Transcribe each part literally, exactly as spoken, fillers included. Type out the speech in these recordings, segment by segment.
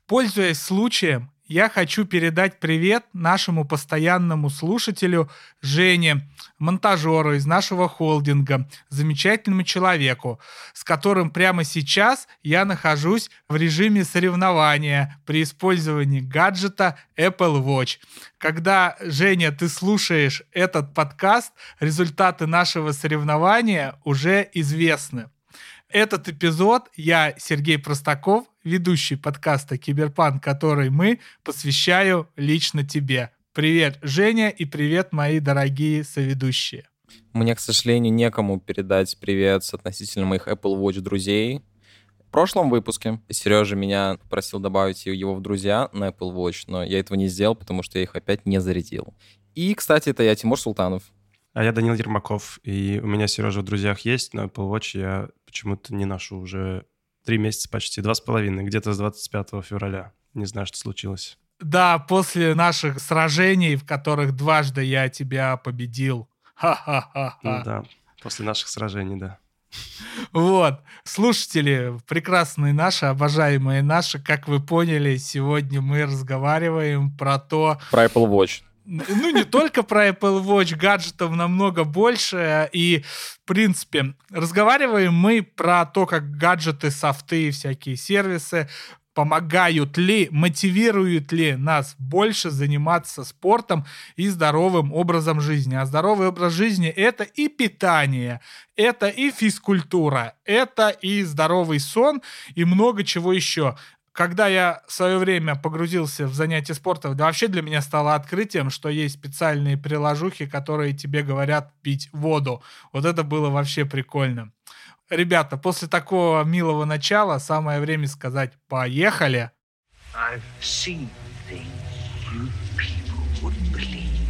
Пользуясь случаем, я хочу передать привет нашему постоянному слушателю Жене, монтажеру из нашего холдинга, замечательному человеку, с которым прямо сейчас я нахожусь в режиме соревнования при использовании гаджета Apple Watch. Когда, Женя, ты слушаешь этот подкаст, результаты нашего соревнования уже известны. Этот эпизод я, Сергей Простаков, ведущий подкаста «Киберпанк», который мы, посвящаю лично тебе. Привет, Женя, и привет, мои дорогие соведущие. Мне, к сожалению, некому передать привет относительно моих Apple Watch друзей. В прошлом выпуске Сережа меня просил добавить его в друзья на Apple Watch, но я этого не сделал, потому что я их опять не зарядил. И, кстати, это я, Тимур Султанов. А я Данил Ермаков, и у меня Сережа в друзьях есть, но Apple Watch я почему-то не ношу уже три месяца почти, два с половиной, где-то с двадцать пятого февраля. Не знаю, что случилось. Да, после наших сражений, в которых дважды я тебя победил. Ха-ха-ха-ха. Ну, да, после наших сражений, да. Вот, слушатели, прекрасные наши, обожаемые наши, как вы поняли, сегодня мы разговариваем про то... Про Apple Watch. Ну, не только про Apple Watch, гаджетов намного больше. И, в принципе, разговариваем мы про то, как гаджеты, софты и всякие сервисы помогают ли, мотивируют ли нас больше заниматься спортом и здоровым образом жизни. А здоровый образ жизни — это и питание, это и физкультура, это и здоровый сон, и много чего еще. Когда я в свое время погрузился в занятия спортом, да вообще для меня стало открытием, что есть специальные приложухи, которые тебе говорят пить воду. Вот это было вообще прикольно. Ребята, после такого милого начала самое время сказать «поехали». I've seen things you people wouldn't believe.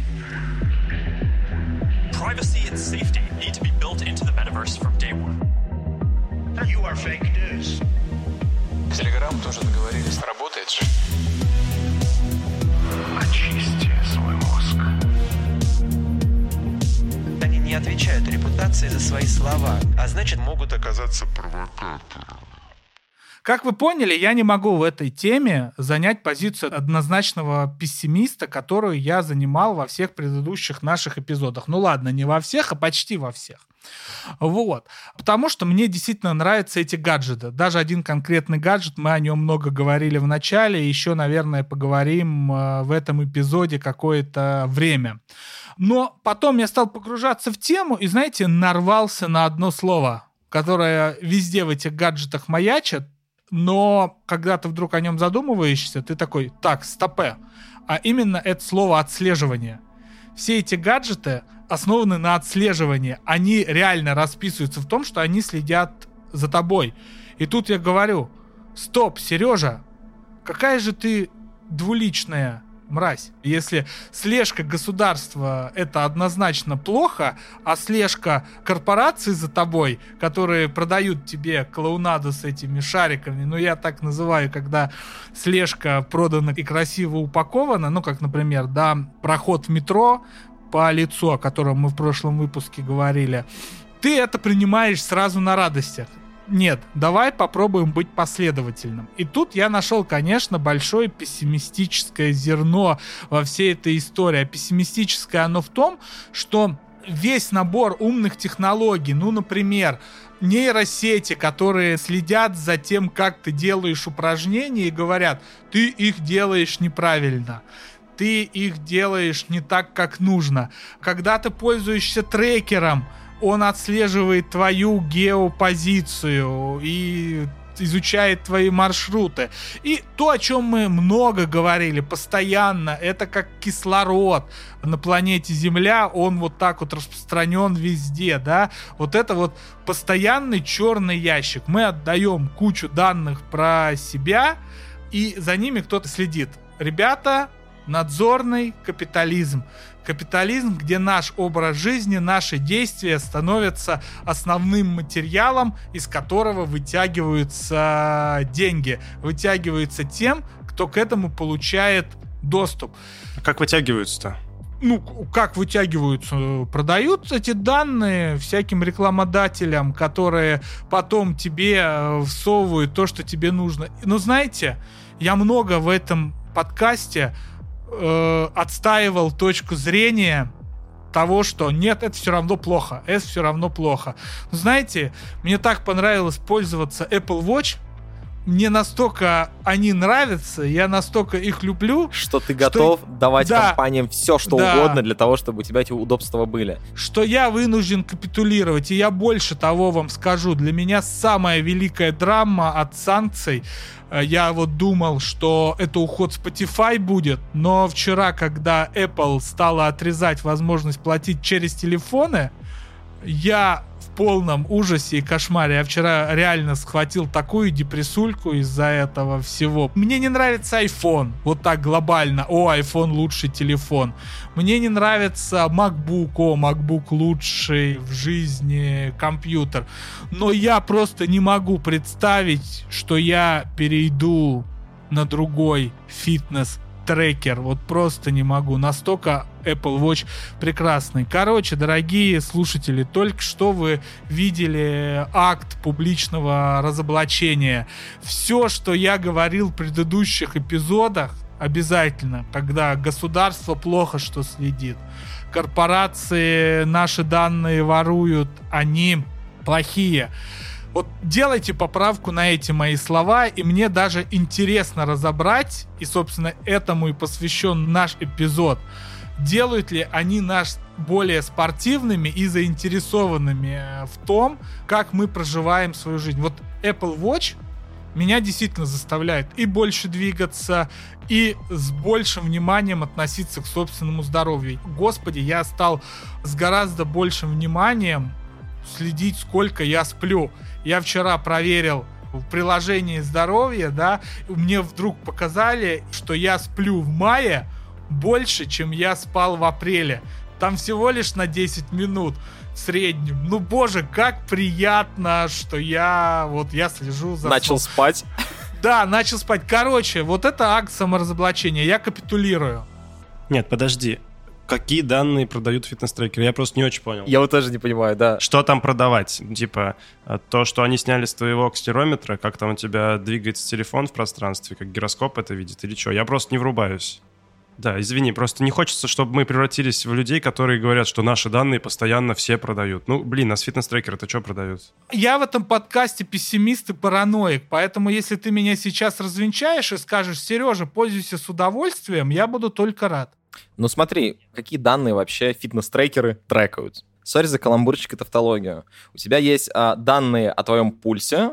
Privacy and safety need to be built into the metaverse from day one. You are fake news. Телеграм тоже договорились. Работает же. Очисти свой мозг. Они не отвечают репутации за свои слова, а значит, могут оказаться провокатором. Как вы поняли, я не могу в этой теме занять позицию однозначного пессимиста, которую я занимал во всех предыдущих наших эпизодах. Ну ладно, не во всех, а почти во всех. Вот. Потому что мне действительно нравятся эти гаджеты. Даже один конкретный гаджет, мы о нем много говорили в начале, еще, наверное, поговорим в этом эпизоде какое-то время. Но потом я стал погружаться в тему и, знаете, нарвался на одно слово, которое везде в этих гаджетах маячит, но когда ты вдруг о нем задумываешься, ты такой, так, стопэ. А именно это слово «отслеживание». Все эти гаджеты основаны на отслеживании. Они реально расписываются в том, что они следят за тобой. И тут я говорю, стоп, Сережа, какая же ты двуличная мразь. Если слежка государства — это однозначно плохо, а слежка корпораций за тобой, которые продают тебе клоунаду с этими шариками, ну я так называю, когда слежка продана и красиво упакована, ну как, например, да, проход в метро по лицу, о котором мы в прошлом выпуске говорили, ты это принимаешь сразу на радостях. Нет, давай попробуем быть последовательным. И тут я нашел, конечно, большое пессимистическое зерно во всей этой истории. А пессимистическое оно в том, что весь набор умных технологий, ну, например, нейросети, которые следят за тем, как ты делаешь упражнения и говорят, ты их делаешь неправильно, ты их делаешь не так, как нужно. Когда ты пользуешься трекером, он отслеживает твою геопозицию и изучает твои маршруты. И то, о чем мы много говорили постоянно, это как кислород на планете Земля, он вот так вот распространен везде, да. Вот это вот постоянный черный ящик. Мы отдаем кучу данных про себя, и за ними кто-то следит. Ребята, надзорный капитализм. Капитализм, где наш образ жизни, наши действия становятся основным материалом, из которого вытягиваются деньги. Вытягиваются тем, кто к этому получает доступ. А как вытягиваются-то? Ну, как вытягиваются? Продают эти данные всяким рекламодателям, которые потом тебе всовывают то, что тебе нужно. Но знаете, я много в этом подкасте э, отстаивал точку зрения того, что нет, это все равно плохо, это все равно плохо. Но знаете, мне так понравилось пользоваться Apple Watch, мне настолько они нравятся, я настолько их люблю, Что ты готов что... давать да, компаниям все, что да. угодно для того, чтобы у тебя эти удобства были. что я вынужден капитулировать. И я больше того вам скажу. Для меня самая великая драма от санкций. Я вот думал, что это уход Spotify будет, но вчера, когда Apple стала отрезать возможность платить через телефоны, я в полном ужасе и кошмаре. Я вчера реально схватил такую депрессульку из-за этого всего. Мне не нравится iPhone. Вот так глобально. О, iPhone лучший телефон. Мне не нравится MacBook. О, MacBook лучший в жизни компьютер. Но я просто не могу представить, что я перейду на другой фитнес трекер, вот просто не могу. Настолько Apple Watch прекрасный. Короче, дорогие слушатели, только что вы видели акт публичного разоблачения. Все, что я говорил в предыдущих эпизодах, обязательно, когда государство плохо что следит, корпорации наши данные воруют, они плохие. Вот делайте поправку на эти мои слова, и мне даже интересно разобрать, и, собственно, этому и посвящен наш эпизод, делают ли они нас более спортивными и заинтересованными в том, как мы проживаем свою жизнь. Вот Apple Watch меня действительно заставляет и больше двигаться, и с большим вниманием относиться к собственному здоровью. Господи, я стал с гораздо большим вниманием следить, сколько я сплю. Я вчера проверил в приложении здоровья, да, мне вдруг показали, что я сплю в мае больше, чем я спал в апреле. Там всего лишь на десять минут в среднем. Ну, боже, как приятно, что я вот я слежу за... Начал спать. Да, начал спать. Короче, вот это акт саморазоблачения. Я капитулирую. Нет, подожди. Какие данные продают фитнес-трекеры? Я просто не очень понял. Я вот тоже не понимаю, да. Что там продавать? Типа, то, что они сняли с твоего акселерометра, как там у тебя двигается телефон в пространстве, как гироскоп это видит или что? Я просто не врубаюсь. Да, извини, просто не хочется, чтобы мы превратились в людей, которые говорят, что наши данные постоянно все продают. Ну, блин, а с фитнес-трекеры-то что продают? Я в этом подкасте пессимист и параноик, поэтому если ты меня сейчас развенчаешь и скажешь: Сережа, пользуйся с удовольствием, я буду только рад. Ну смотри, какие данные вообще фитнес-трекеры трекают. Сори за каламбурчик и тавтологию. У тебя есть а, данные о твоем пульсе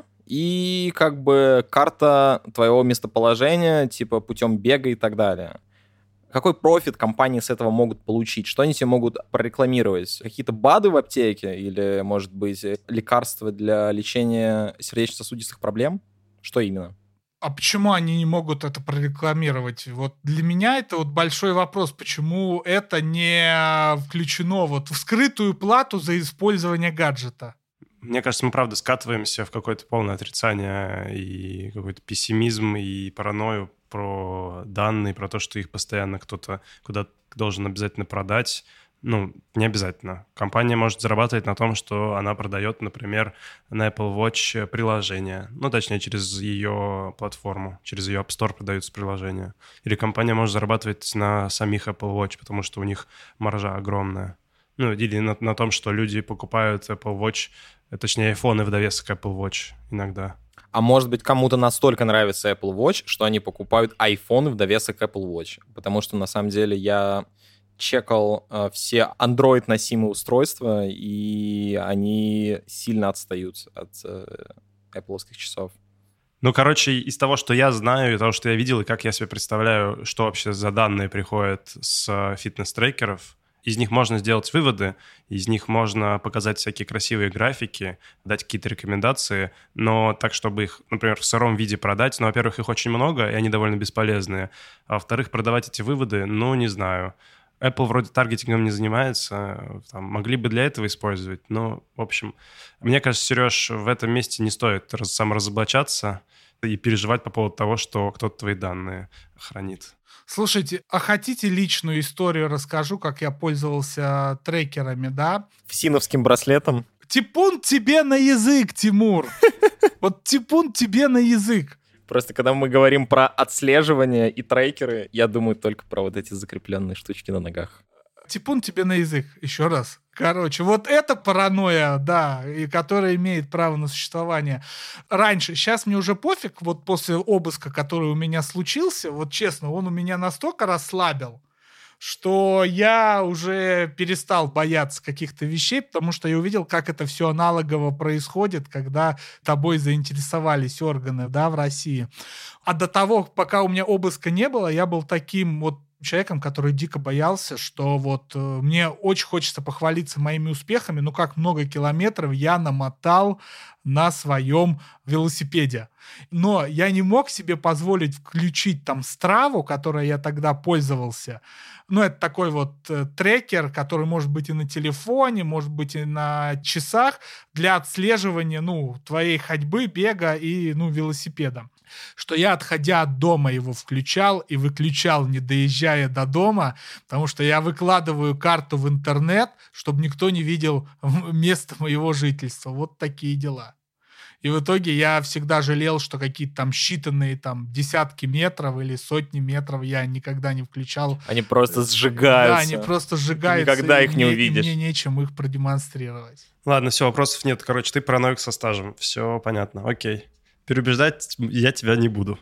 и как бы карта твоего местоположения, типа путем бега и так далее. Какой профит компании с этого могут получить? Что они тебе могут прорекламировать? Какие-то БАДы в аптеке? Или, может быть, лекарства для лечения сердечно-сосудистых проблем? Что именно? А почему они не могут это прорекламировать? Вот для меня это вот большой вопрос, почему это не включено вот в скрытую плату за использование гаджета? Мне кажется, мы, правда, скатываемся в какое-то полное отрицание и какой-то пессимизм и паранойю про данные, про то, что их постоянно кто-то куда-то должен обязательно продать. Ну, не обязательно. Компания может зарабатывать на том, что она продает, например, на Apple Watch приложение. Ну, точнее, через ее платформу, через ее App Store продаются приложения. Или компания может зарабатывать на самих Apple Watch, потому что у них маржа огромная. Ну, или на, на том, что люди покупают Apple Watch, точнее, айфоны в довесок Apple Watch иногда. А может быть, кому-то настолько нравится Apple Watch, что они покупают iPhone в довесок Apple Watch. Потому что, на самом деле, я чекал э, все Android-носимые устройства, и они сильно отстают от э, Apple-овских часов. Ну, короче, из того, что я знаю, и того, что я видел, и как я себе представляю, что вообще за данные приходят с фитнес-трекеров, из них можно сделать выводы, из них можно показать всякие красивые графики, дать какие-то рекомендации, но так, чтобы их, например, в сыром виде продать, ну, во-первых, их очень много, и они довольно бесполезные, а во-вторых, продавать эти выводы, ну, не знаю. Apple вроде таргетингом не занимается, там, могли бы для этого использовать, но, в общем, мне кажется, Сереж, в этом месте не стоит саморазоблачаться и переживать по поводу того, что кто-то твои данные хранит. Слушайте, а хотите личную историю расскажу, как я пользовался трекерами, да? Фсиновским браслетом. Типун тебе на язык, Тимур! Вот типун тебе на язык. Просто когда мы говорим про отслеживание и трекеры, я думаю только про вот эти закрепленные штучки на ногах. Типун тебе на язык, еще раз. Короче, вот это паранойя, да, и которая имеет право на существование. Раньше, сейчас мне уже пофиг, вот после обыска, который у меня случился, вот честно, он у меня настолько расслабил, что я уже перестал бояться каких-то вещей, потому что я увидел, как это все аналогово происходит, когда тобой заинтересовались органы, да, в России. А до того, пока у меня обыска не было, я был таким вот человеком, который дико боялся, что вот э, мне очень хочется похвалиться моими успехами, ну как много километров я намотал на своем велосипеде. Но я не мог себе позволить включить там Страву, которой я тогда пользовался. Ну, это такой вот э, трекер, который может быть и на телефоне, может быть и на часах для отслеживания, ну, твоей ходьбы, бега и, ну, велосипеда. Что я, отходя от дома, его включал и выключал, не доезжая до дома, потому что я выкладываю карту в интернет, чтобы никто не видел место моего жительства. Вот такие дела. И в итоге я всегда жалел, что какие-то там считанные там десятки метров или сотни метров я никогда не включал. Они просто сжигаются. Да, они просто сжигаются. Никогда их не мне, увидишь. И мне нечем их продемонстрировать. Ладно, все, вопросов нет. Короче, ты параноик со стажем. Все понятно, окей. Переубеждать я тебя не буду.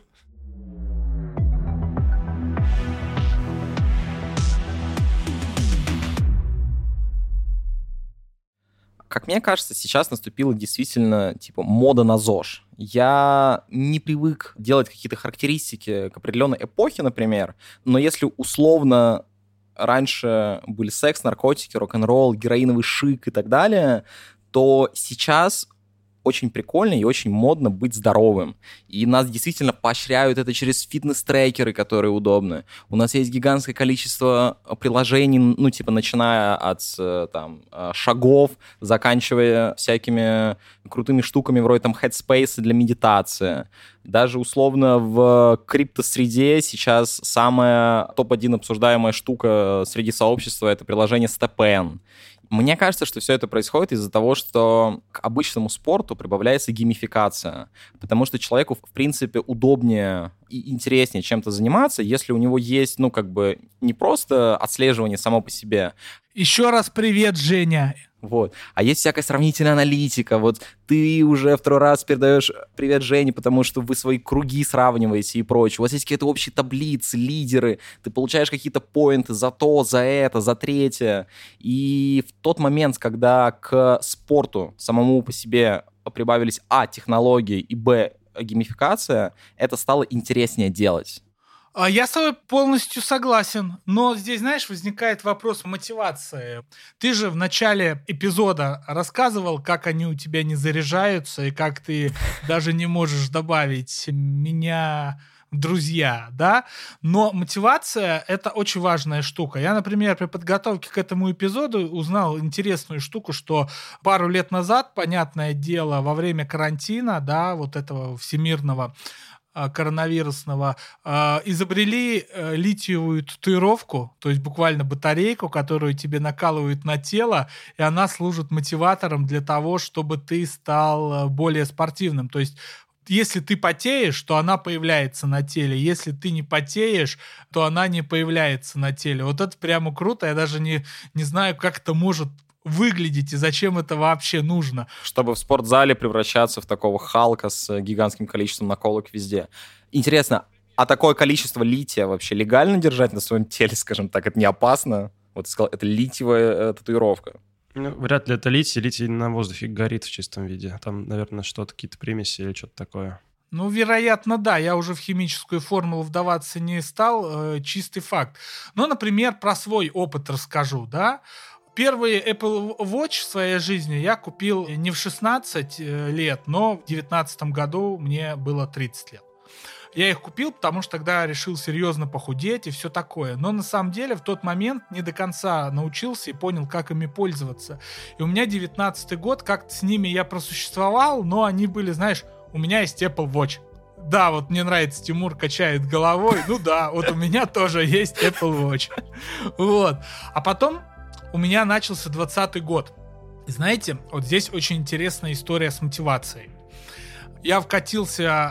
Как мне кажется, сейчас наступила действительно типа мода на ЗОЖ. Я не привык делать какие-то характеристики к определенной эпохе, например, но если условно раньше были секс, наркотики, рок-н-ролл, героиновый шик и так далее, то сейчас очень прикольно и очень модно быть здоровым. И нас действительно поощряют это через фитнес-трекеры, которые удобны. У нас есть гигантское количество приложений, ну, типа, начиная от там, шагов, заканчивая всякими крутыми штуками вроде там Headspace для медитации. Даже условно в криптосреде сейчас самая топ один обсуждаемая штука среди сообщества — это приложение StepN. Мне кажется, что все это происходит из-за того, что к обычному спорту прибавляется геймификация, потому что человеку, в принципе, удобнее и интереснее чем-то заниматься, если у него есть, ну, как бы, не просто отслеживание само по себе. Еще раз привет, Женя. Вот. А есть всякая сравнительная аналитика. Вот ты уже второй раз передаешь привет Жене, потому что вы свои круги сравниваете и прочее. У вас есть какие-то общие таблицы, лидеры. Ты получаешь какие-то поинты за то, за это, за третье. И в тот момент, когда к спорту самому по себе прибавились а. технологии и б. геймификация, это стало интереснее делать. Я с тобой полностью согласен, но здесь, знаешь, возникает вопрос мотивации. Ты же в начале эпизода рассказывал, как они у тебя не заряжаются, и как ты даже не можешь добавить меня в друзья, да? Но мотивация — это очень важная штука. Я, например, при подготовке к этому эпизоду узнал интересную штуку, что пару лет назад, понятное дело, во время карантина, да, вот этого всемирного, коронавирусного, э, изобрели э, литиевую татуировку, то есть буквально батарейку, которую тебе накалывают на тело, и она служит мотиватором для того, чтобы ты стал более спортивным. То есть если ты потеешь, то она появляется на теле. Если ты не потеешь, то она не появляется на теле. Вот это прямо круто. Я даже не, не знаю, как это может выглядеть и зачем это вообще нужно. Чтобы в спортзале превращаться в такого Халка с гигантским количеством наколок везде. Интересно, а такое количество лития вообще легально держать на своем теле, скажем так? Это не опасно? Вот ты сказал, это литиевая э, татуировка. Ну, вряд ли это литий. Литий на воздухе горит в чистом виде. Там, наверное, что-то, какие-то примеси или что-то такое. Ну, вероятно, да. Я уже в химическую формулу вдаваться не стал. Э, чистый факт. Но, например, про свой опыт расскажу, да. Первый Apple Watch в своей жизни я купил не в шестнадцать лет, но в девятнадцатом году мне было тридцать лет. Я их купил, потому что тогда решил серьезно похудеть и все такое. Но на самом деле в тот момент не до конца научился и понял, как ими пользоваться. И у меня девятнадцатый год, как-то с ними я просуществовал, но они были, знаешь, у меня есть Apple Watch. Да, вот мне нравится, Тимур качает головой. Ну да, вот у меня тоже есть Apple Watch. Вот. А потом у меня начался двадцатый год. И знаете, вот здесь очень интересная история с мотивацией. Я вкатился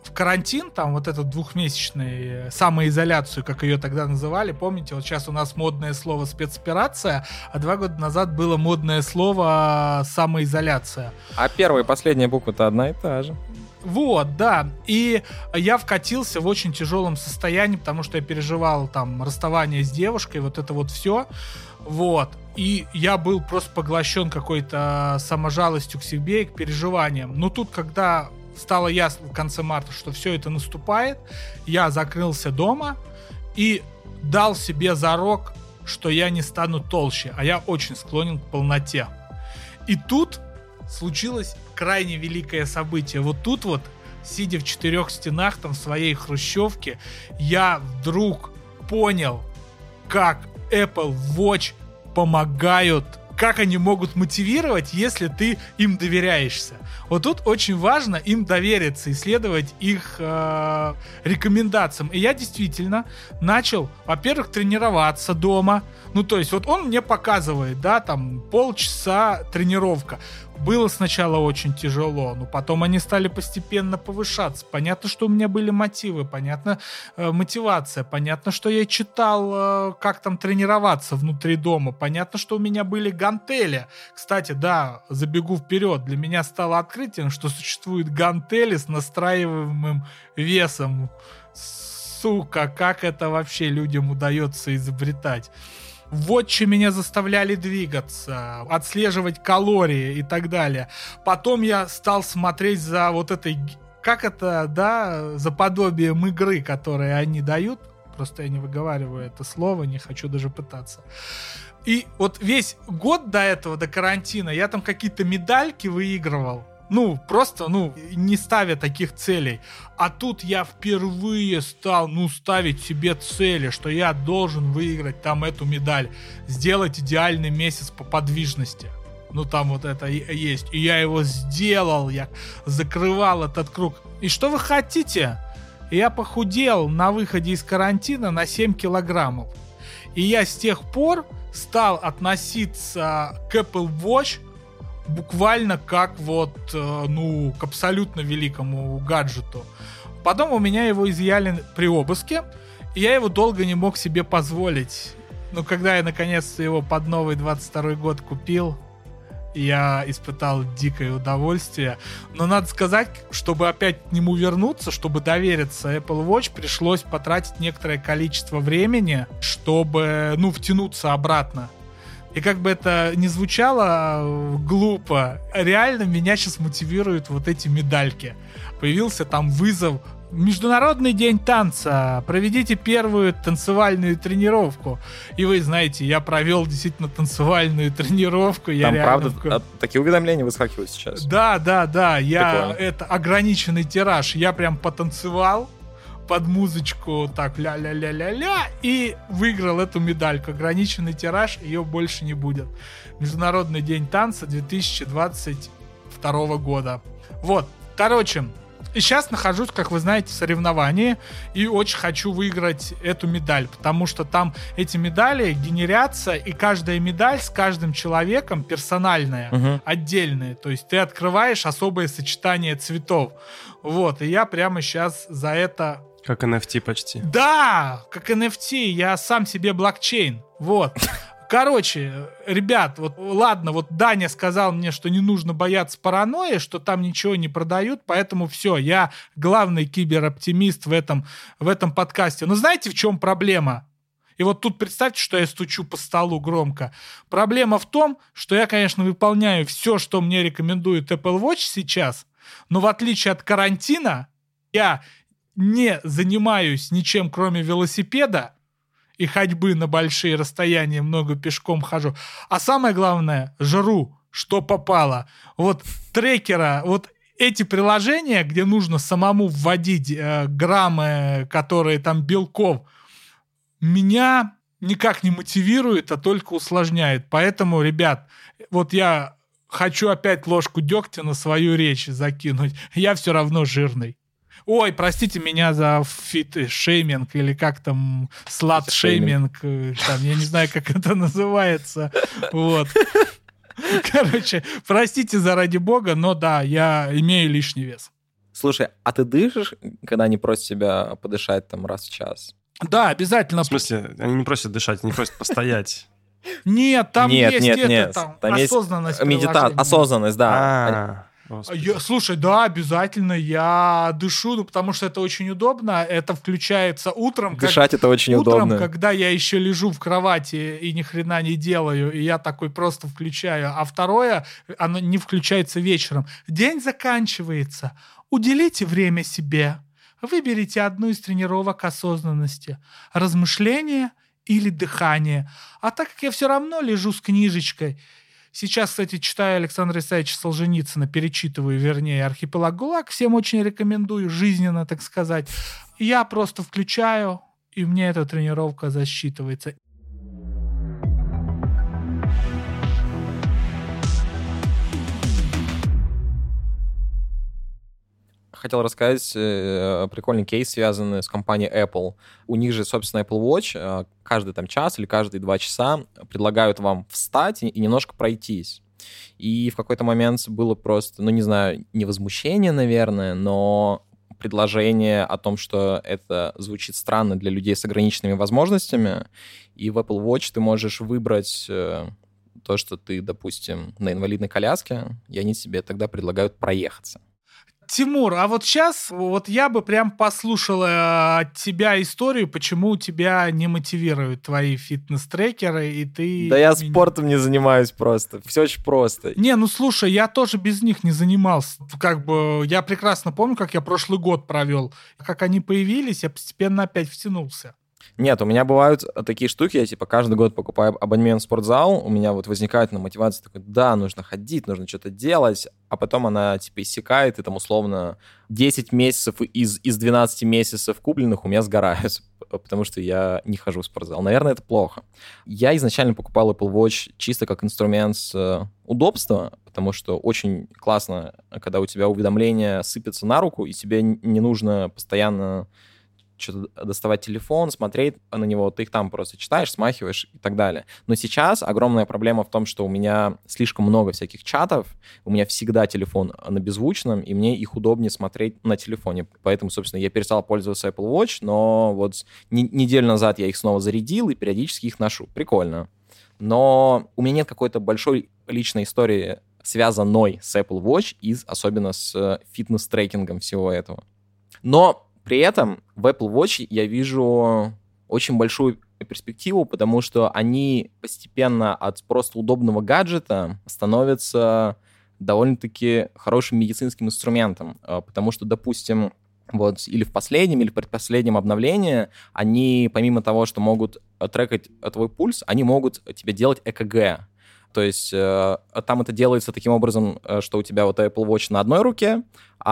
в карантин, там вот этот двухмесячный самоизоляцию, как ее тогда называли, помните, вот сейчас у нас модное слово спецоперация, а два года назад было модное слово самоизоляция. А первая и последняя буква-то одна и та же. Вот, да. И я вкатился в очень тяжелом состоянии, потому что я переживал там расставание с девушкой, вот это вот все. Вот. И я был просто поглощен какой-то саможалостью к себе и к переживаниям. Но тут, когда стало ясно в конце марта, что все это наступает, я закрылся дома и дал себе зарок, что я не стану толще, а я очень склонен к полноте. И тут случилось крайне великое событие. Вот тут вот, сидя в четырех стенах там в своей хрущевке, я вдруг понял, как Apple Watch помогают, как они могут мотивировать, если ты им доверяешься. Вот тут очень важно им довериться, исследовать их э, рекомендациям. И я действительно начал, во-первых, тренироваться дома. Ну, то есть, вот он мне показывает, да, там, полчаса тренировка. Было сначала очень тяжело, но потом они стали постепенно повышаться. Понятно, что у меня были мотивы, понятно, э, мотивация, понятно, что я читал, э, как там тренироваться внутри дома, понятно, что у меня были гантели. Кстати, да, забегу вперед, для меня стало открытием, что существуют гантели с настраиваемым весом. Сука, как это вообще людям удается изобретать? Вотчи меня заставляли двигаться, отслеживать калории и так далее. Потом я стал смотреть за вот этой, как это, да, за подобием игры, которые они дают. Просто я не выговариваю это слово, не хочу даже пытаться. И вот весь год до этого, до карантина, я там какие-то медальки выигрывал. Ну, просто, ну, не ставя таких целей. А тут я впервые стал, ну, ставить себе цели, что я должен выиграть там эту медаль, сделать идеальный месяц по подвижности. Ну, там вот это и есть. И я его сделал, я закрывал этот круг. И что вы хотите? Я похудел на выходе из карантина на семь килограммов. И я с тех пор стал относиться к Apple Watch буквально как вот, ну, к абсолютно великому гаджету. Потом у меня его изъяли при обыске, и я его долго не мог себе позволить. Но когда я наконец-то его под новый двадцать второй год купил, я испытал дикое удовольствие. Но надо сказать, чтобы опять к нему вернуться, чтобы довериться Apple Watch, пришлось потратить некоторое количество времени, чтобы, ну, втянуться обратно. И как бы это ни звучало глупо, реально меня сейчас мотивируют вот эти медальки. Появился там вызов: Международный день танца, проведите первую танцевальную тренировку. И вы знаете, я провел действительно танцевальную тренировку. Я там правда в... такие уведомления выскакивают сейчас? Да, да, да. Я... Прикольно. Это ограниченный тираж. Я прям потанцевал под музычку так ля-ля-ля-ля-ля и выиграл эту медальку. Ограниченный тираж, ее больше не будет. Международный день танца две тысячи двадцать второго года. Вот, короче, и сейчас нахожусь, как вы знаете, в соревновании и очень хочу выиграть эту медаль, потому что там эти медали генерятся, и каждая медаль с каждым человеком персональная, uh-huh. отдельная. То есть ты открываешь особое сочетание цветов. Вот, и я прямо сейчас за это... Как эн эф ти почти. Да, как эн эф ти, я сам себе блокчейн. Вот. Короче, ребят, вот ладно, вот Даня сказал мне, что не нужно бояться паранойи, что там ничего не продают, поэтому все, я главный кибероптимист в этом, в этом подкасте. Но знаете, в чем проблема? И вот тут представьте, что я стучу по столу громко. Проблема в том, что я, конечно, выполняю все, что мне рекомендует Apple Watch сейчас, но в отличие от карантина, я не занимаюсь ничем, кроме велосипеда и ходьбы на большие расстояния, много пешком хожу. А самое главное, жру, что попало. Вот трекера, вот эти приложения, где нужно самому вводить э, граммы, которые там белков, меня никак не мотивирует, а только усложняет. Поэтому, ребят, вот я хочу опять ложку дегтя на свою речь закинуть. Я все равно жирный. Ой, простите меня за фит-шейминг или как там, слат-шейминг, там, я не знаю, как это называется. Вот. Короче, простите заради бога, но да, я имею лишний вес. Слушай, а ты дышишь, когда они просят тебя подышать там раз в час? Да, обязательно. В смысле, они не просят дышать, они просят постоять. Нет, там Нет, есть нет, это, нет. там, Там есть осознанность медита- приложения. осознанность, да. А, господи. Я- слушай, да, обязательно я дышу, ну, потому что это очень удобно. Это включается утром. как- Дышать это очень Утром, удобно. когда я еще лежу в кровати и ни хрена не делаю, и я такой просто включаю. А второе, оно не включается вечером. День заканчивается. Уделите время себе. Выберите одну из тренировок осознанности. Размышление или дыхание. А так как я все равно лежу с книжечкой, сейчас, кстати, читаю Александра Исаевича Солженицына, перечитываю, вернее, «Архипелаг ГУЛАГ», всем очень рекомендую, жизненно, так сказать. Я просто включаю, и мне эта тренировка засчитывается. Хотел рассказать э, прикольный кейс, связанный с компанией Apple. У них же, собственно, Apple Watch э, каждый там час или каждые два часа предлагают вам встать и, и немножко пройтись. И в какой-то момент было просто, ну, не знаю, не возмущение, наверное, но предложение о том, что это звучит странно для людей с ограниченными возможностями. И в Apple Watch ты можешь выбрать э, то, что ты, допустим, на инвалидной коляске, и они тебе тогда предлагают проехаться. Тимур, а вот сейчас вот я бы прям послушал э, от тебя историю, почему тебя не мотивируют твои фитнес-трекеры, и ты... Да я меня- спортом не занимаюсь просто. Все очень просто. Не, ну слушай, я тоже без них не занимался. Как бы я прекрасно помню, как я прошлый год провел. Как они появились, я постепенно опять втянулся. Нет, у меня бывают такие штуки, я типа каждый год покупаю абонемент в спортзал, у меня вот возникает на мотивация такой, да, нужно ходить, нужно что-то делать, а потом она типа иссякает, и там условно десять месяцев из, из двенадцати месяцев купленных у меня сгорают, потому что я не хожу в спортзал. Наверное, это плохо. Я изначально покупал Apple Watch чисто как инструмент с удобства, потому что очень классно, когда у тебя уведомления сыпятся на руку, и тебе не нужно постоянно что-то доставать телефон, смотреть на него, ты их там просто читаешь, смахиваешь и так далее. Но сейчас огромная проблема в том, что у меня слишком много всяких чатов, у меня всегда телефон на беззвучном, и мне их удобнее смотреть на телефоне. Поэтому, собственно, я перестал пользоваться Apple Watch, но вот не- неделю назад я их снова зарядил и периодически их ношу. Прикольно. Но у меня нет какой-то большой личной истории, связанной с Apple Watch, и особенно с фитнес-трекингом всего этого. Но при этом в Apple Watch я вижу очень большую перспективу, потому что они постепенно от просто удобного гаджета становятся довольно-таки хорошим медицинским инструментом. Потому что, допустим, вот или в последнем, или в предпоследнем обновлении они, помимо того, что могут трекать твой пульс, они могут тебе делать э ка гэ. То есть э, там это делается таким образом, что у тебя вот Apple Watch на одной руке,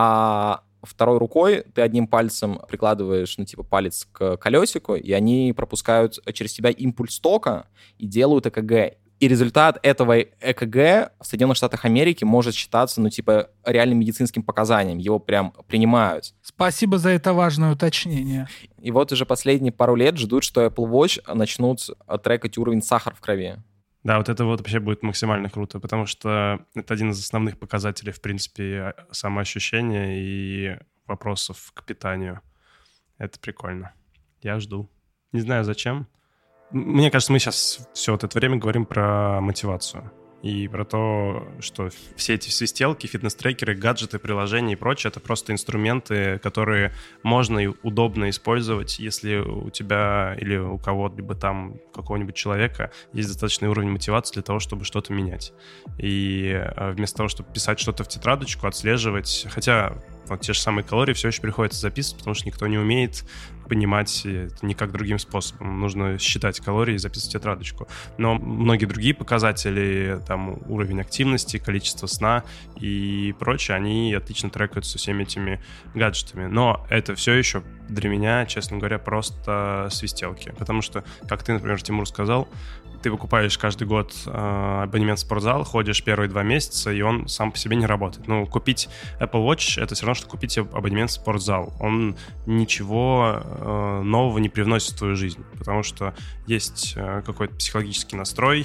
а второй рукой ты одним пальцем прикладываешь, ну, типа, палец к колесику, и они пропускают через тебя импульс тока и делают э ка гэ. И результат этого э ка гэ в Соединенных Штатах Америки может считаться, ну, типа, реальным медицинским показанием. Его прям принимают. Спасибо за это важное уточнение. И вот уже последние пару лет ждут, что Apple Watch начнут трекать уровень сахара в крови. Да, вот это вот вообще будет максимально круто, потому что это один из основных показателей, в принципе, самоощущения и вопросов к питанию. Это прикольно. Я жду. Не знаю, зачем. Мне кажется, мы сейчас все вот это время говорим про мотивацию. И про то, что все эти свистелки, фитнес-трекеры, гаджеты, приложения и прочее, это просто инструменты, которые можно и удобно использовать, если у тебя или у кого-либо там, какого-нибудь человека есть достаточный уровень мотивации для того, чтобы что-то менять. И вместо того, чтобы писать что-то в тетрадочку, отслеживать, хотя вот те же самые калории все еще приходится записывать, потому что никто не умеет понимать это никак другим способом. Нужно считать калории и записывать в тетрадочку. Но многие другие показатели, там уровень активности, количество сна и прочее, они отлично трекаются всеми этими гаджетами. Но это все еще для меня, честно говоря, просто свистелки. Потому что, как ты, например, Тимур сказал, ты выкупаешь каждый год э, абонемент в спортзал, ходишь первые два месяца, и он сам по себе не работает. Ну, купить Apple Watch — это все равно, что купить абонемент в спортзал. Он ничего э, нового не привносит в твою жизнь, потому что есть э, какой-то психологический настрой,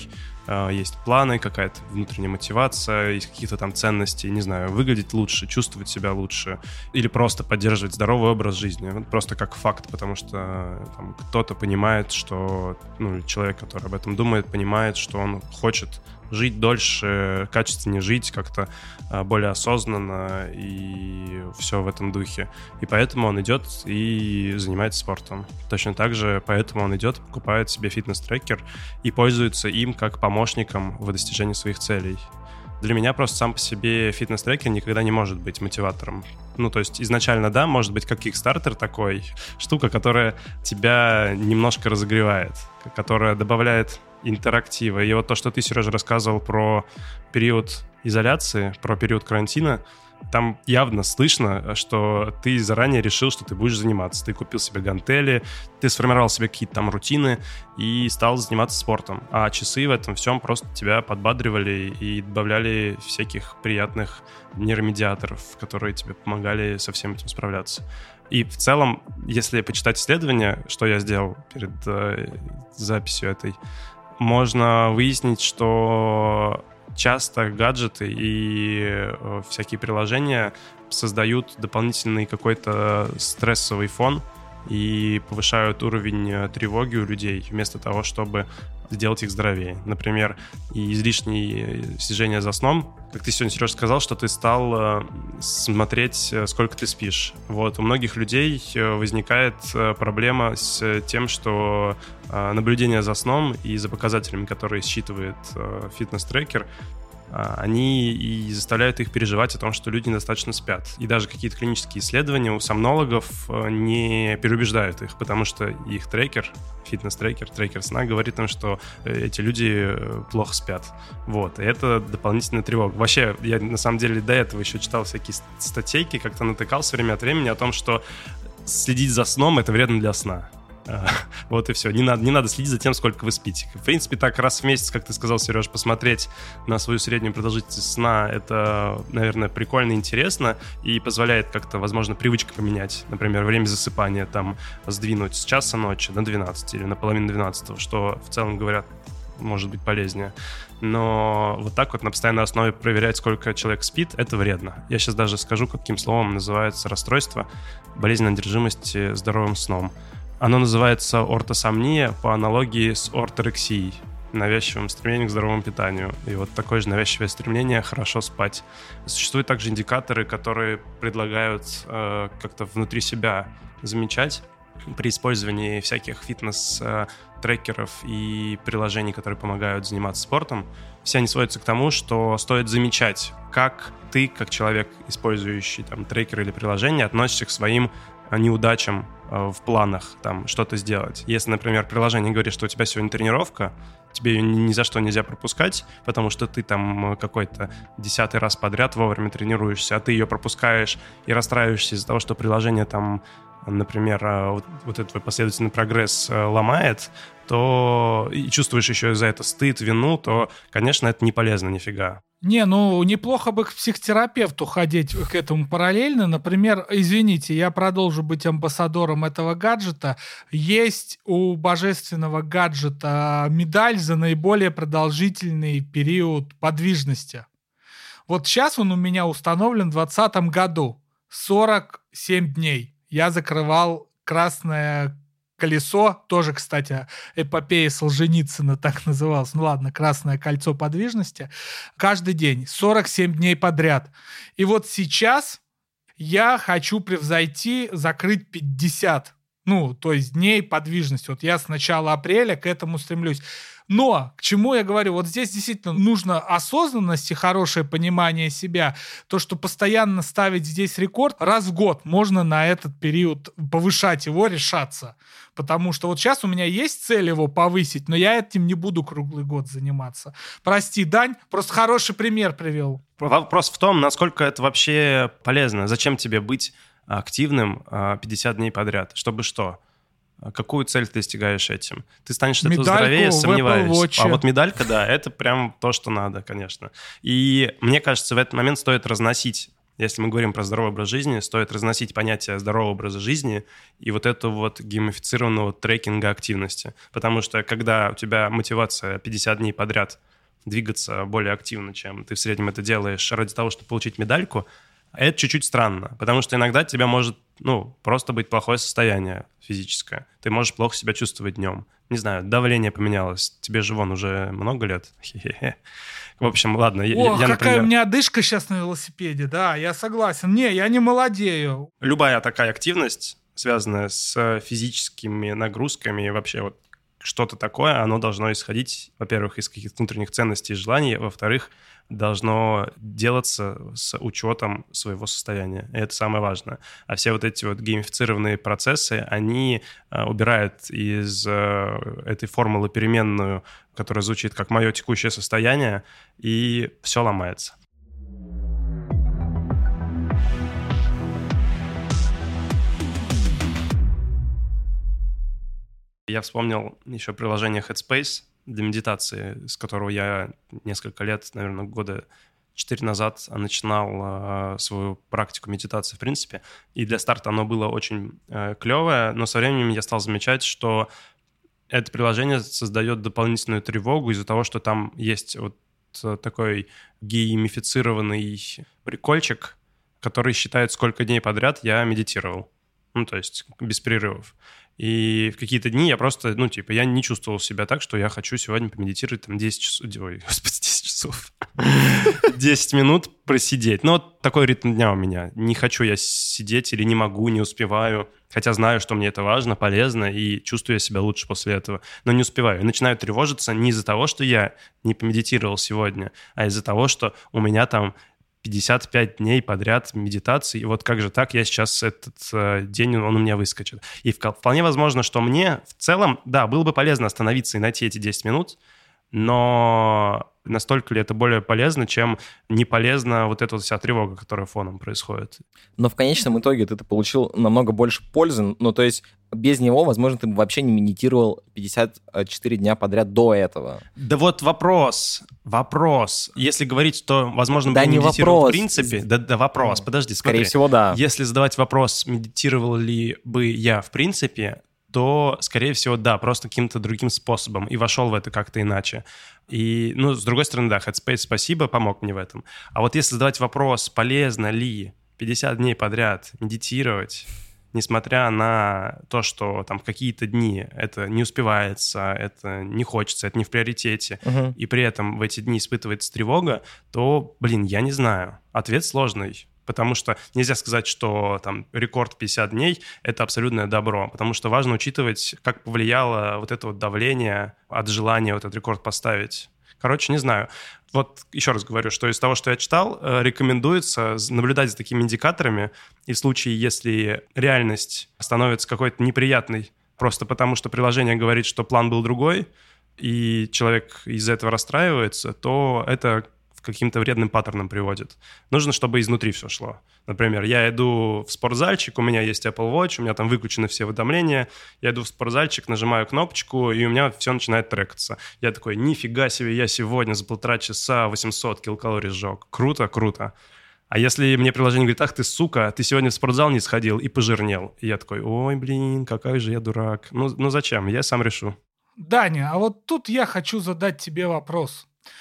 э, есть планы, какая-то внутренняя мотивация, есть какие-то там ценности, не знаю, выглядеть лучше, чувствовать себя лучше, или просто поддерживать здоровый образ жизни. Вот просто как факт, потому что там, кто-то понимает, что, ну, человек, который об этом думает, понимает, что он хочет жить дольше, качественнее жить, как-то а, более осознанно и все в этом духе. И поэтому он идет и занимается спортом. Точно так же поэтому он идет, покупает себе фитнес-трекер и пользуется им как помощником в достижении своих целей. Для меня просто сам по себе фитнес-трекер никогда не может быть мотиватором. Ну, то есть изначально, да, может быть как кикстартер такой, штука, которая тебя немножко разогревает, которая добавляет интерактива. И вот то, что ты, Сережа, рассказывал про период изоляции, про период карантина, там явно слышно, что ты заранее решил, что ты будешь заниматься. Ты купил себе гантели, ты сформировал себе какие-то там рутины и стал заниматься спортом. А часы в этом всем просто тебя подбадривали и добавляли всяких приятных нейромедиаторов, которые тебе помогали со всем этим справляться. И в целом, если почитать исследования, что я сделал перед э, записью этой, можно выяснить, что часто гаджеты и э, всякие приложения создают дополнительный какой-то стрессовый фон и повышают уровень тревоги у людей вместо того, чтобы сделать их здоровее. Например, и излишнее слежение за сном. Как ты сегодня, Сереж, сказал, что ты стал э, смотреть, сколько ты спишь. Вот. У многих людей возникает проблема с тем, что э, наблюдение за сном и за показателями, которые считывает э, фитнес-трекер, они и заставляют их переживать о том, что люди недостаточно спят. И даже какие-то клинические исследования у сомнологов не переубеждают их, потому что их трекер, фитнес-трекер, трекер сна говорит им, что эти люди плохо спят. Вот. И это дополнительная тревога. Вообще, я на самом деле до этого еще читал всякие статейки, как-то натыкался время от времени о том, что следить за сном — это вредно для сна. Вот и все. Не надо, не надо следить за тем, сколько вы спите. В принципе, так раз в месяц, как ты сказал, Сереж, посмотреть на свою среднюю продолжительность сна, это, наверное, прикольно и интересно, и позволяет как-то, возможно, привычку поменять. Например, время засыпания там сдвинуть с часа ночи на двенадцать или на половину двенадцатого, что в целом, говорят, может быть полезнее. Но вот так вот на постоянной основе проверять, сколько человек спит, это вредно. Я сейчас даже скажу, каким словом называется расстройство болезненной одержимости здоровым сном. Оно называется ортосомния по аналогии с орторексией, навязчивым стремлением к здоровому питанию. И вот такое же навязчивое стремление хорошо спать. Существуют также индикаторы, которые предлагают э, как-то внутри себя замечать при использовании всяких фитнес-трекеров и приложений, которые помогают заниматься спортом. Все они сводятся к тому, что стоит замечать, как ты, как человек, использующий там трекер или приложение, относишься к своим неудачам в планах там что-то сделать. Если, например, приложение говорит, что у тебя сегодня тренировка, тебе ее ни за что нельзя пропускать, потому что ты там какой-то десятый раз подряд вовремя тренируешься, а ты ее пропускаешь и расстраиваешься из-за того, что приложение там, например, вот, вот этот твой последовательный прогресс ломает, то и чувствуешь еще за это стыд, вину, то, конечно, это не полезно нифига. Не, ну, неплохо бы к психотерапевту ходить к этому параллельно. Например, извините, я продолжу быть амбассадором этого гаджета. Есть у божественного гаджета медаль за наиболее продолжительный период подвижности. Вот сейчас он у меня установлен в двадцатом году. сорок семь дней. Я закрывал красное колесо, тоже, кстати, эпопея Солженицына так называлась. Ну ладно, красное кольцо подвижности. Каждый день, сорок семь дней подряд. И вот сейчас я хочу превзойти, закрыть пятьдесят. Ну, то есть дней подвижности. Вот я с начала апреля к этому стремлюсь. Но, к чему я говорю, вот здесь действительно нужно осознанность и хорошее понимание себя. То, что постоянно ставить здесь рекорд, раз в год можно на этот период повышать его, решаться. Потому что вот сейчас у меня есть цель его повысить, но я этим не буду круглый год заниматься. Прости, Дань, просто хороший пример привел. Вопрос в том, насколько это вообще полезно. Зачем тебе быть активным пятьдесят дней подряд? Чтобы что? Какую цель ты достигаешь этим? Ты станешь от этого здоровее, сомневаюсь. А вот медалька, да, это прям то, что надо, конечно. И мне кажется, в этот момент стоит разносить, если мы говорим про здоровый образ жизни, стоит разносить понятие здорового образа жизни и вот этого вот геймифицированного трекинга активности. Потому что когда у тебя мотивация пятьдесят дней подряд двигаться более активно, чем ты в среднем это делаешь ради того, чтобы получить медальку, это чуть-чуть странно, потому что иногда у тебя может, ну, просто быть плохое состояние физическое. Ты можешь плохо себя чувствовать днем. Не знаю, давление поменялось. Тебе же вон уже много лет. Хе-хе-хе. В общем, ладно. Ох, я, я, какая например, у меня одышка сейчас на велосипеде, да, я согласен. Не, я не молодею. любая такая активность, связанная с физическими нагрузками, вообще вот что-то такое, оно должно исходить, во-первых, из каких-то внутренних ценностей и желаний, во-вторых, должно делаться с учетом своего состояния. И это самое важное. А все вот эти вот геймифицированные процессы, они э, убирают из э, этой формулы переменную, которая звучит как «моё текущее состояние», и все ломается. Я вспомнил еще приложение Headspace для медитации, с которого я несколько лет, наверное, года четыре назад начинал э, свою практику медитации в принципе. И для старта оно было очень э, клевое, но со временем я стал замечать, что это приложение создает дополнительную тревогу из-за того, что там есть вот такой геймифицированный прикольчик, который считает, сколько дней подряд я медитировал. Ну, то есть без перерывов. И в какие-то дни я просто, ну, типа, я не чувствовал себя так, что я хочу сегодня помедитировать там десять часов. Ой, господи, десять часов. десять минут просидеть. Ну, вот такой ритм дня у меня. Не хочу я сидеть или не могу, не успеваю. Хотя знаю, что мне это важно, полезно, и чувствую я себя лучше после этого. Но не успеваю. И начинаю тревожиться не из-за того, что я не помедитировал сегодня, а из-за того, что у меня там пятьдесят пять дней подряд медитации, и вот как же так, я сейчас этот э, день, он у меня выскочит. И вполне возможно, что мне в целом, да, было бы полезно остановиться и найти эти десять минут, но настолько ли это более полезно, чем не полезна вот эта вот вся тревога, которая фоном происходит. Но в конечном итоге ты получил намного больше пользы, ну, то есть без него, возможно, ты бы вообще не медитировал пятьдесят четыре дня подряд до этого. Да вот вопрос, вопрос. Если говорить, что, возможно, да бы не медитировал вопрос. в принципе... Да, да вопрос, подожди, смотри. Скорее всего, да. Если задавать вопрос, медитировал ли бы я в принципе, то, скорее всего, да, просто каким-то другим способом, и вошел в это как-то иначе. И, ну, с другой стороны, да, Headspace, спасибо, помог мне в этом. А вот если задавать вопрос, полезно ли пятьдесят дней подряд медитировать, несмотря на то, что там в какие-то дни это не успевается, это не хочется, это не в приоритете, uh-huh. и при этом в эти дни испытывается тревога, то, блин, я не знаю. Ответ сложный. Потому что нельзя сказать, что там рекорд пятьдесят дней — это абсолютное добро, потому что важно учитывать, как повлияло вот это вот давление от желания вот этот рекорд поставить. Короче, не знаю. Вот еще раз говорю, что из того, что я читал, рекомендуется наблюдать за такими индикаторами, и в случае, если реальность становится какой-то неприятной, просто потому что приложение говорит, что план был другой, и человек из-за этого расстраивается, то это каким-то вредным паттерном приводит. Нужно, чтобы изнутри все шло. Например, я иду в спортзальчик, у меня есть Apple Watch, у меня там выключены все уведомления, я иду в спортзальчик, нажимаю кнопочку, и у меня все начинает трекаться. Я такой, нифига себе, я сегодня за полтора часа восемьсот килокалорий сжег. Круто, круто. А если мне приложение говорит, ах ты, сука, ты сегодня в спортзал не сходил и пожирнел. И я такой, ой, блин, какой же я дурак. Ну, ну зачем? Я сам решу. Даня, а вот тут я хочу задать тебе вопрос.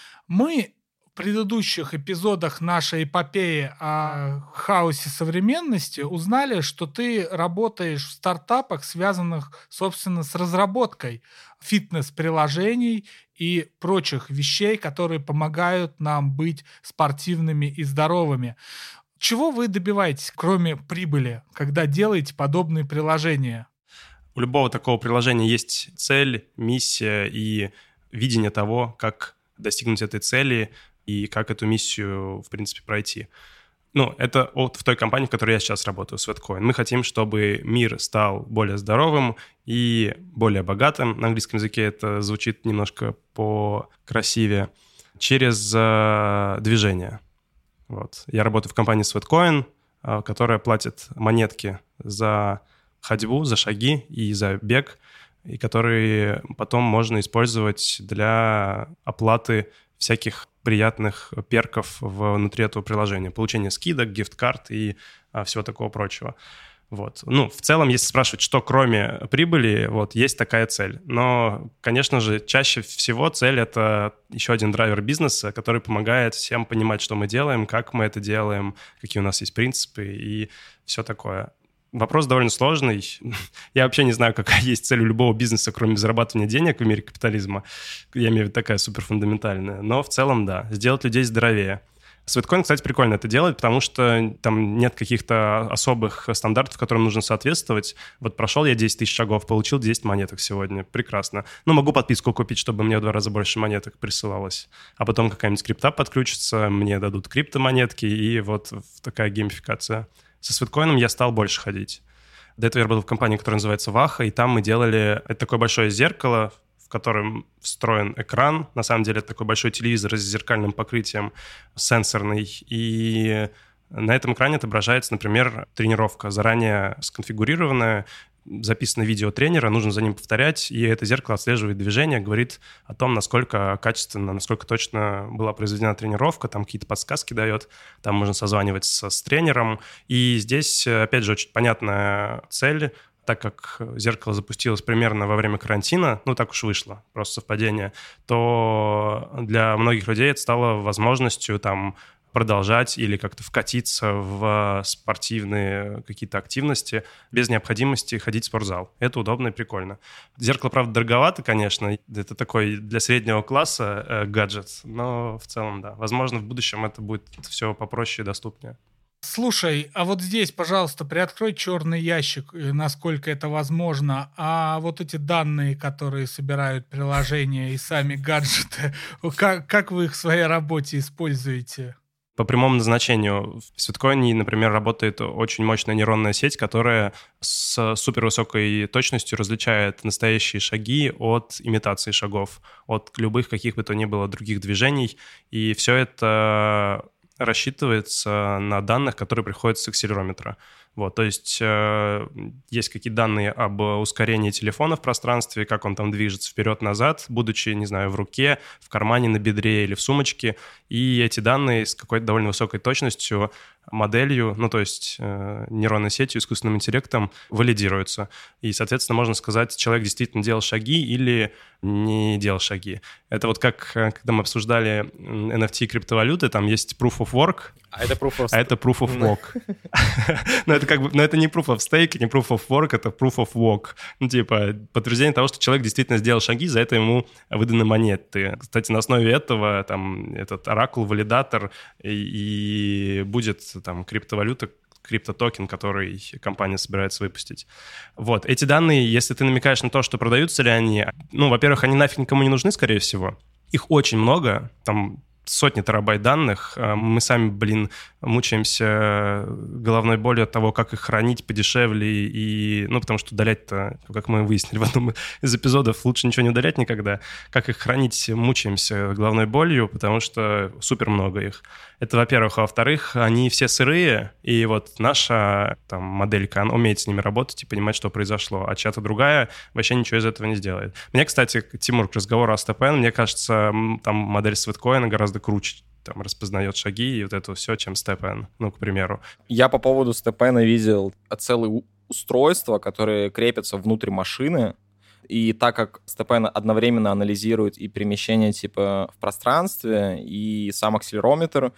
Мы в предыдущих эпизодах нашей эпопеи о хаосе современности узнали, что ты работаешь в стартапах, связанных, собственно, с разработкой фитнес-приложений и прочих вещей, которые помогают нам быть спортивными и здоровыми. Чего вы добиваетесь, кроме прибыли, когда делаете подобные приложения? У любого такого приложения есть цель, миссия и видение того, как достигнуть этой цели и как эту миссию, в принципе, пройти. Ну, это вот в той компании, в которой я сейчас работаю, Sweatcoin. Мы хотим, чтобы мир стал более здоровым и более богатым. На английском языке это звучит немножко покрасивее. Через э, движение. Вот. Я работаю в компании Sweatcoin, э, которая платит монетки за ходьбу, за шаги и за бег, и которые потом можно использовать для оплаты всяких приятных перков внутри этого приложения. Получение скидок, гифт-карт и а, всего такого прочего. Вот. Ну, в целом, если спрашивать, что кроме прибыли, вот, есть такая цель. Но, конечно же, чаще всего цель — это еще один драйвер бизнеса, который помогает всем понимать, что мы делаем, как мы это делаем, какие у нас есть принципы и все такое. Вопрос довольно сложный. Я вообще не знаю, какая есть цель у любого бизнеса, кроме зарабатывания денег в мире капитализма. Я имею в виду такая суперфундаментальная. Но в целом, да, сделать людей здоровее. Sweatcoin, кстати, прикольно это делать, потому что там нет каких-то особых стандартов, которым нужно соответствовать. Вот прошел я десять тысяч шагов, получил десять монеток сегодня. Прекрасно. Ну, могу подписку купить, чтобы мне в два раза больше монеток присылалось. А потом какая-нибудь крипта подключится, мне дадут криптомонетки, и вот такая геймификация. Со Sweatcoin я стал больше ходить. До этого я работал в компании, которая называется Ваха, и там мы делали... Это такое большое зеркало, в котором встроен экран. На самом деле это такой большой телевизор с зеркальным покрытием, сенсорный. И на этом экране отображается, например, тренировка, заранее сконфигурированная, записано видео тренера, нужно за ним повторять, и это зеркало отслеживает движение, говорит о том, насколько качественно, насколько точно была произведена тренировка, там какие-то подсказки дает, там можно созваниваться с тренером. И здесь, опять же, очень понятная цель, так как зеркало запустилось примерно во время карантина, ну так уж вышло, просто совпадение, то для многих людей это стало возможностью там продолжать или как-то вкатиться в спортивные какие-то активности без необходимости ходить в спортзал. Это удобно и прикольно. Зеркало, правда, дороговато, конечно. Это такой для среднего класса э, гаджет, но в целом, да. Возможно, в будущем это будет все попроще и доступнее. Слушай, а вот здесь, пожалуйста, приоткрой черный ящик, насколько это возможно. А вот эти данные, которые собирают приложения и сами гаджеты, как, как вы их в своей работе используете? По прямому назначению. В Sweatcoin, например, работает очень мощная нейронная сеть, которая с супервысокой точностью различает настоящие шаги от имитации шагов, от любых каких бы то ни было других движений. И все это рассчитывается на данных, которые приходят с акселерометра. Вот, то есть э, есть какие-то данные об ускорении телефона в пространстве, как он там движется вперед-назад, будучи, не знаю, в руке, в кармане, на бедре или в сумочке. И эти данные с какой-то довольно высокой точностью, моделью, ну, то есть э, нейронной сетью, искусственным интеллектом валидируются. И, соответственно, можно сказать, человек действительно делал шаги или не делал шаги. Это вот как, когда мы обсуждали эн эф ти и криптовалюты, там есть proof of work, а это proof of, а это proof of work. Но это как бы, но это не proof of stake, не proof of work, это proof of work. Ну, типа, подтверждение того, что человек действительно сделал шаги, за это ему выданы монеты. Кстати, на основе этого там этот оракул, валидатор и, и будет там криптовалюта, криптотокен, который компания собирается выпустить. Вот. Эти данные, если ты намекаешь на то, что продаются ли они, ну, во-первых, они нафиг никому не нужны, скорее всего. Их очень много, там сотни терабайт данных. Мы сами, блин, мучаемся головной болью от того, как их хранить подешевле, и, ну, потому что удалять-то, как мы выяснили в одном из эпизодов, лучше ничего не удалять никогда. Как их хранить, мучаемся головной болью, потому что супер много их. Это, во-первых. А во-вторых, они все сырые, и вот наша там моделька, она умеет с ними работать и понимать, что произошло, а чья-то другая вообще ничего из этого не сделает. Мне, кстати, Тимур, к разговору о StepN, мне кажется, там модель Sweatcoin гораздо круче, там распознает шаги и вот это все, чем StepN, ну, к примеру. Я по поводу StepN видел целые устройства, которые крепятся внутрь машины, и так как StepN одновременно анализирует и перемещение типа в пространстве, и сам акселерометр,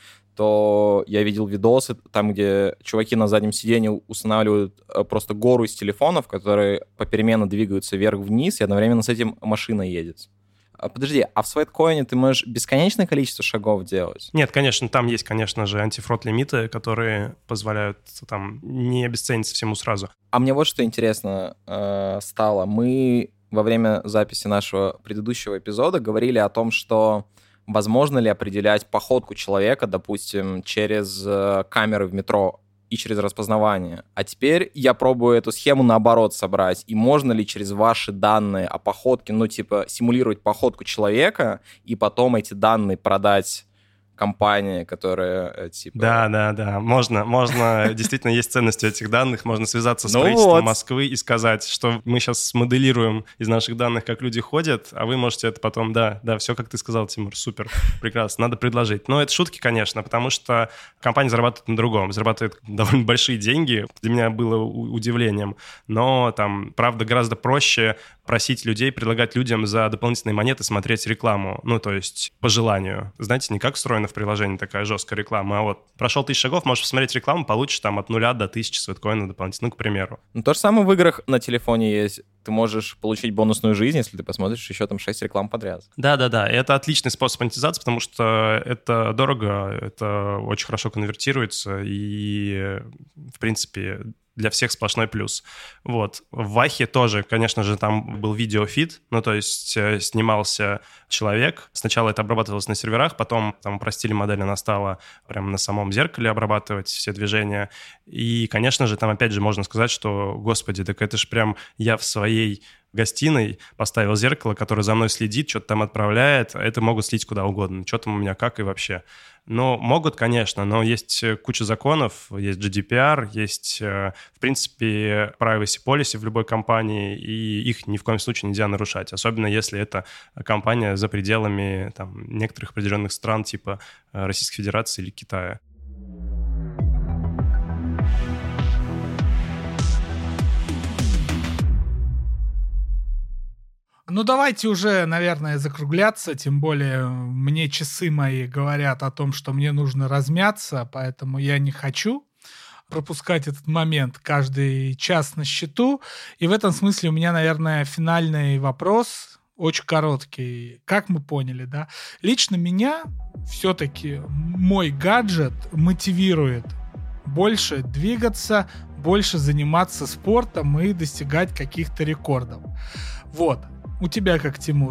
то я видел видосы, там, где чуваки на заднем сиденье устанавливают просто гору из телефонов, которые попеременно двигаются вверх-вниз, и одновременно с этим машина едет. Подожди, а в Sweatcoin ты можешь бесконечное количество шагов делать? Нет, конечно, там есть, конечно же, антифрод-лимиты, которые позволяют там не обесцениться всему сразу. А мне вот что интересно э, стало. Мы во время записи нашего предыдущего эпизода говорили о том, что возможно ли определять походку человека, допустим, через э, камеры в метро и через распознавание. А теперь я пробую эту схему наоборот собрать. И можно ли через ваши данные о походке, ну, типа, симулировать походку человека и потом эти данные продать компания, которая э, типа... Да, да, да. Можно, можно, действительно есть ценность этих данных. Можно связаться с Ну правительством вот. Москвы и сказать, что мы сейчас смоделируем из наших данных, как люди ходят, а вы можете это потом, да, да, все, как ты сказал, Тимур, супер, прекрасно, надо предложить. Но это шутки, конечно, потому что компания зарабатывает на другом, зарабатывает довольно большие деньги. Для меня было у- удивлением. Но там, правда, гораздо проще просить людей, предлагать людям за дополнительные монеты смотреть рекламу. Ну, то есть по желанию. Знаете, не как устроена в приложении такая жесткая реклама, а вот прошел тысячу шагов, можешь посмотреть рекламу, получишь там от нуля до тысячи свиткоина дополнительно, ну, к примеру. Ну, то же самое в играх на телефоне есть. Ты можешь получить бонусную жизнь, если ты посмотришь еще там шесть реклам подряд. Да-да-да, это отличный способ монетизации, потому что это дорого, это очень хорошо конвертируется, и, в принципе, для всех сплошной плюс. Вот. В Вахе тоже, конечно же, там был видеофид, ну, то есть э, снимался человек. Сначала это обрабатывалось на серверах, потом там упростили модель, она стала прямо на самом зеркале обрабатывать все движения. И, конечно же, там опять же можно сказать, что, господи, так это же прям я в своей гостиной поставил зеркало, которое за мной следит, что-то там отправляет, а это могут слить куда угодно, что там у меня, как и вообще. Ну, могут, конечно, но есть куча законов, есть джи ди пи ар, есть, в принципе, privacy policy в любой компании, и их ни в коем случае нельзя нарушать, особенно если это компания за пределами там, некоторых определенных стран, типа Российской Федерации или Китая. Ну, давайте уже, наверное, закругляться, тем более мне часы мои говорят о том, что мне нужно размяться, поэтому я не хочу пропускать этот момент, каждый час на счету. И в этом смысле у меня, наверное, финальный вопрос, очень короткий. Как мы поняли, да? Лично меня все-таки мой гаджет мотивирует больше двигаться, больше заниматься спортом и достигать каких-то рекордов. Вот. У тебя как, Тимур?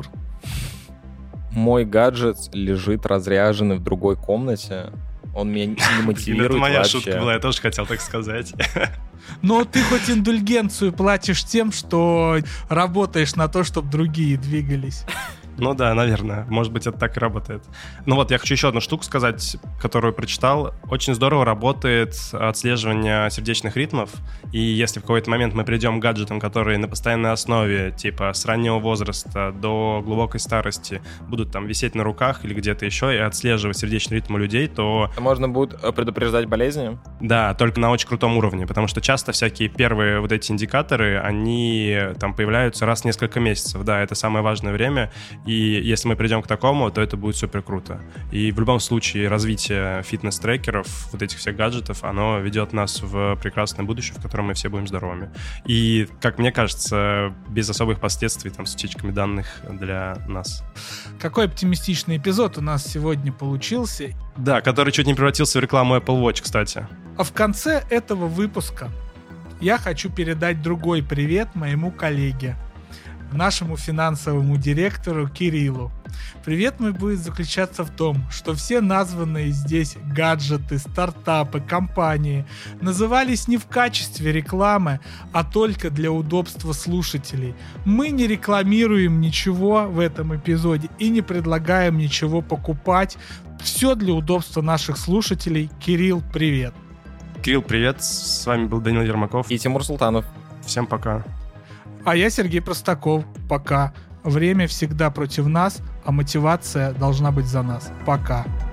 Мой гаджет лежит разряженный в другой комнате. Он меня не мотивирует Это моя вообще. шутка была, я тоже хотел так сказать. Но ты хоть индульгенцию платишь тем, что работаешь на то, чтобы другие двигались. Ну да, наверное. Может быть, это так и работает. Ну вот, я хочу еще одну штуку сказать, которую прочитал. Очень здорово работает отслеживание сердечных ритмов. И если в какой-то момент мы придем к гаджетам, которые на постоянной основе, типа с раннего возраста до глубокой старости, будут там висеть на руках или где-то еще и отслеживать сердечный ритм у людей, то... Можно будет предупреждать болезни? Да, только на очень крутом уровне, потому что часто всякие первые вот эти индикаторы, они там появляются раз в несколько месяцев. Да, это самое важное время. И если мы придем к такому, то это будет супер круто. И в любом случае развитие фитнес-трекеров, вот этих всех гаджетов, оно ведет нас в прекрасное будущее, в котором мы все будем здоровыми. И, как мне кажется, без особых последствий там, с утечками данных для нас. Какой оптимистичный эпизод у нас сегодня получился. Да, который чуть не превратился в рекламу Apple Watch, кстати. А в конце этого выпуска я хочу передать другой привет моему коллеге, нашему финансовому директору Кириллу. Привет мой будет заключаться в том, что все названные здесь гаджеты, стартапы, компании назывались не в качестве рекламы, а только для удобства слушателей. Мы не рекламируем ничего в этом эпизоде и не предлагаем ничего покупать. Все для удобства наших слушателей. Кирилл, привет. Кирилл, привет. С вами был Данил Ермаков. И Тимур Султанов. Всем пока. А я Сергей Простаков. Пока. Время всегда против нас, а мотивация должна быть за нас. Пока.